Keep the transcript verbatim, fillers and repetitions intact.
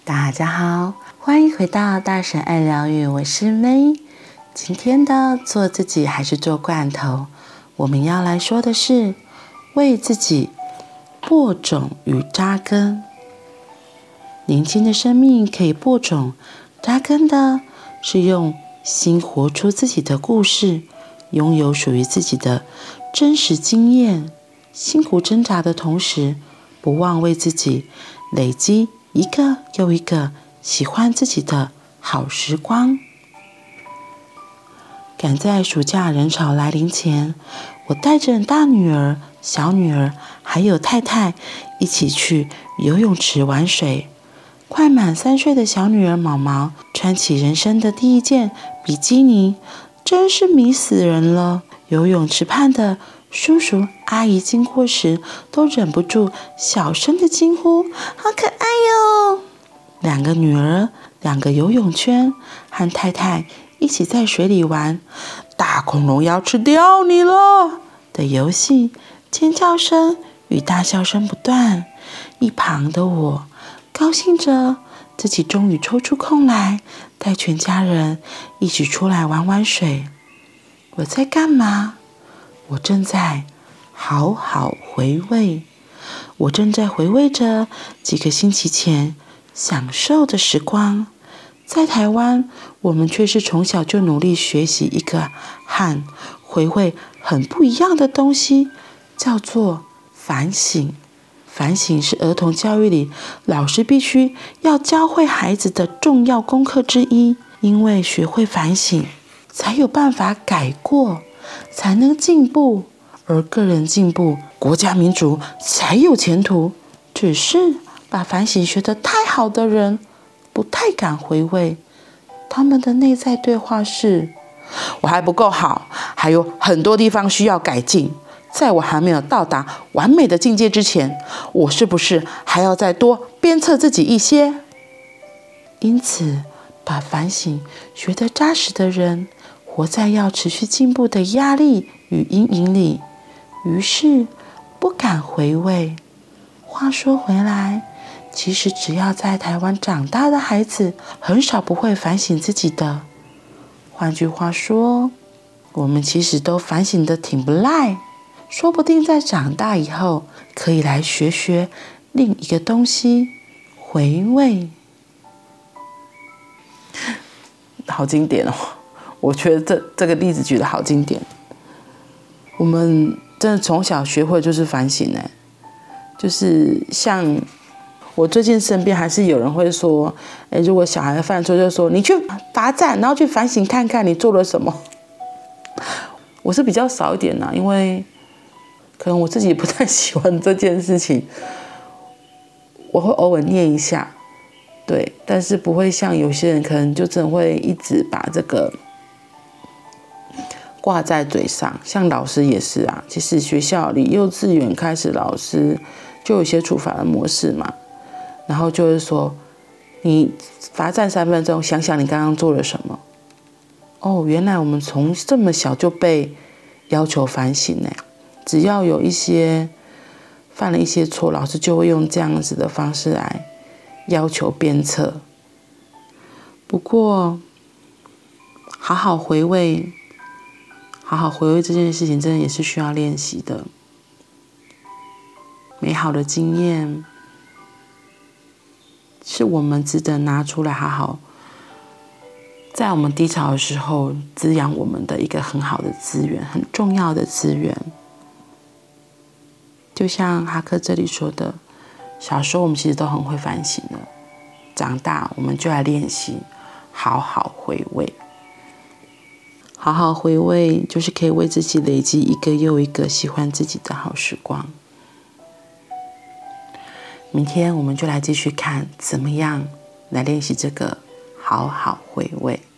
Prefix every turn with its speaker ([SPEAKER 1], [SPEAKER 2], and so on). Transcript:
[SPEAKER 1] 大家好，欢迎回到大神爱疗愈，我是 May。今天的做自己还是做罐头，我们要来说的是为自己播种与扎根。年轻的生命可以播种，扎根的是用心活出自己的故事，拥有属于自己的真实经验。辛苦挣扎的同时，不忘为自己累积一个又一个喜欢自己的好时光。赶在暑假人潮来临前，我带着大女儿、小女儿还有太太一起去游泳池玩水。快满三岁的小女儿毛毛穿起人生的第一件比基尼，真是迷死人了。游泳池畔的叔叔阿姨经过时，都忍不住小声的惊呼：“好可爱哟！”两个女儿，两个游泳圈，和太太一起在水里玩“大恐龙要吃掉你了”的游戏，尖叫声与大笑声不断。一旁的我高兴着，自己终于抽出空来，带全家人一起出来玩玩水。我在干嘛？我正在好好回味。我正在回味着几个星期前享受的时光。在台湾，我们却是从小就努力学习一个和回味很不一样的东西，叫做反省。反省是儿童教育里老师必须要教会孩子的重要功课之一，因为学会反省，才有办法改过，才能进步，而个人进步，国家民族才有前途。只是把反省学得太好的人，不太敢回味。他们的内在对话是：我还不够好，还有很多地方需要改进。在我还没有到达完美的境界之前，我是不是还要再多鞭策自己一些？因此，把反省学得扎实的人，活在要持续进步的压力与阴影里，于是不敢回味。话说回来，其实只要在台湾长大的孩子，很少不会反省自己的。换句话说，我们其实都反省得挺不赖。说不定在长大以后，可以来学学另一个东西——回味。好经典哦！我觉得这这个例子举得好经典。我们真的从小学会就是反省哎，就是像我最近身边还是有人会说，哎，如果小孩犯错，就说你去罚站，然后去反省看看你做了什么。我是比较少一点啦，因为可能我自己不太喜欢这件事情，我会偶尔念一下，对，但是不会像有些人可能就真的会一直把这个挂在嘴上。像老师也是啊，其实学校里幼稚园开始，老师就有一些处罚的模式嘛，然后就是说你罚站三分钟，想想你刚刚做了什么。哦，原来我们从这么小就被要求反省呢。只要有一些犯了一些错，老师就会用这样子的方式来要求鞭策。不过，好好回味，好好回味这件事情，真的也是需要练习的。美好的经验，是我们值得拿出来好好，在我们低潮的时候滋养我们的一个很好的资源，很重要的资源。就像哈克这里说的，小时候我们其实都很会反省的，长大我们就来练习好好回味。好好回味，就是可以为自己累积一个又一个喜欢自己的好时光。明天我们就来继续看怎么样来练习这个好好回味。